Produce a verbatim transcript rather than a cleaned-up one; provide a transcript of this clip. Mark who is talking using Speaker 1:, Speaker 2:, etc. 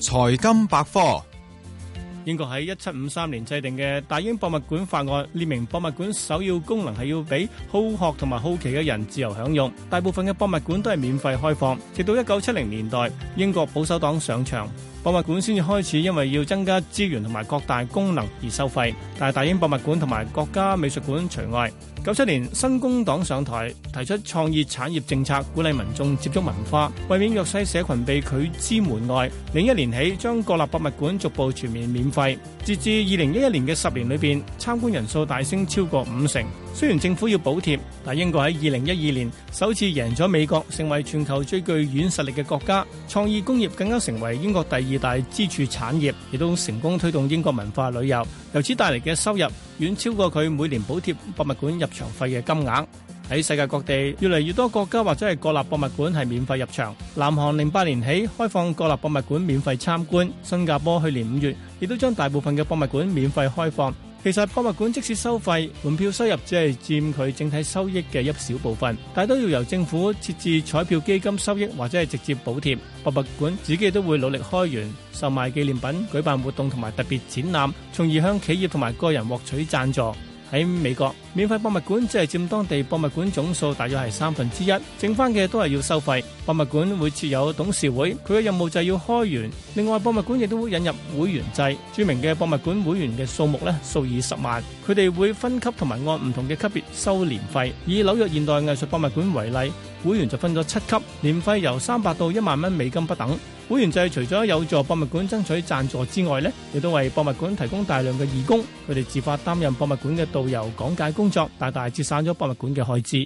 Speaker 1: 財金百科。
Speaker 2: 英國喺一七五三年制定嘅大英博物館法案，列明博物館首要功能係要俾好學同埋好奇嘅人自由享用。大部分嘅博物館都係免費開放，直到一九七零年代英國保守黨上場，博物館先至開始因為要增加資源同埋擴大功能而收費，但係大英博物館同埋國家美術館除外。九七年新工黨上台，提出創意產業政策，鼓勵民眾接觸文化，為免弱勢社群被拒之門外。零一年起將國立博物館逐步全面免費，截至二零一一年嘅十年裏邊，參觀人數大升超過五成。雖然政府要補貼，但英國喺二零一二年首次贏咗美國，成為全球最具軟實力嘅國家。創意工業更加成為英國第二大支柱產業，亦都成功推動英國文化旅遊，由此帶嚟嘅收入遠超過佢每年補貼博物館入場費嘅金額。喺世界各地，越嚟越多國家或者係國立博物館係免費入場。南韓零八年起開放國立博物館免費參觀，新加坡去年五月亦都將大部分嘅博物館免費開放。其實博物館即使收費，門票收入只係佔佢整體收益嘅一小部分，但都要由政府設置彩票基金收益或者係直接補貼。博物館自己都會努力開源、售賣紀念品、舉辦活動同埋特別展覽，從而向企業同埋個人獲取贊助。喺美國，免費博物館只係佔當地博物館總數大約係三分之一，剩翻嘅都係要收費。博物館會設有董事會，佢嘅任務就係要開源。另外，博物館亦都會引入會員制，著名嘅博物館會員嘅數目呢數以十萬，佢哋會分級同埋按唔同嘅級別收年費。以紐約現代藝術博物館為例，會員就分咗七級，年費由三百到一萬蚊美金不等。會員制除咗有助博物館爭取贊助之外呢，亦都為博物館提供大量嘅義工，佢哋自發擔任博物館嘅導遊講解工作，大大節省咗博物館嘅開支。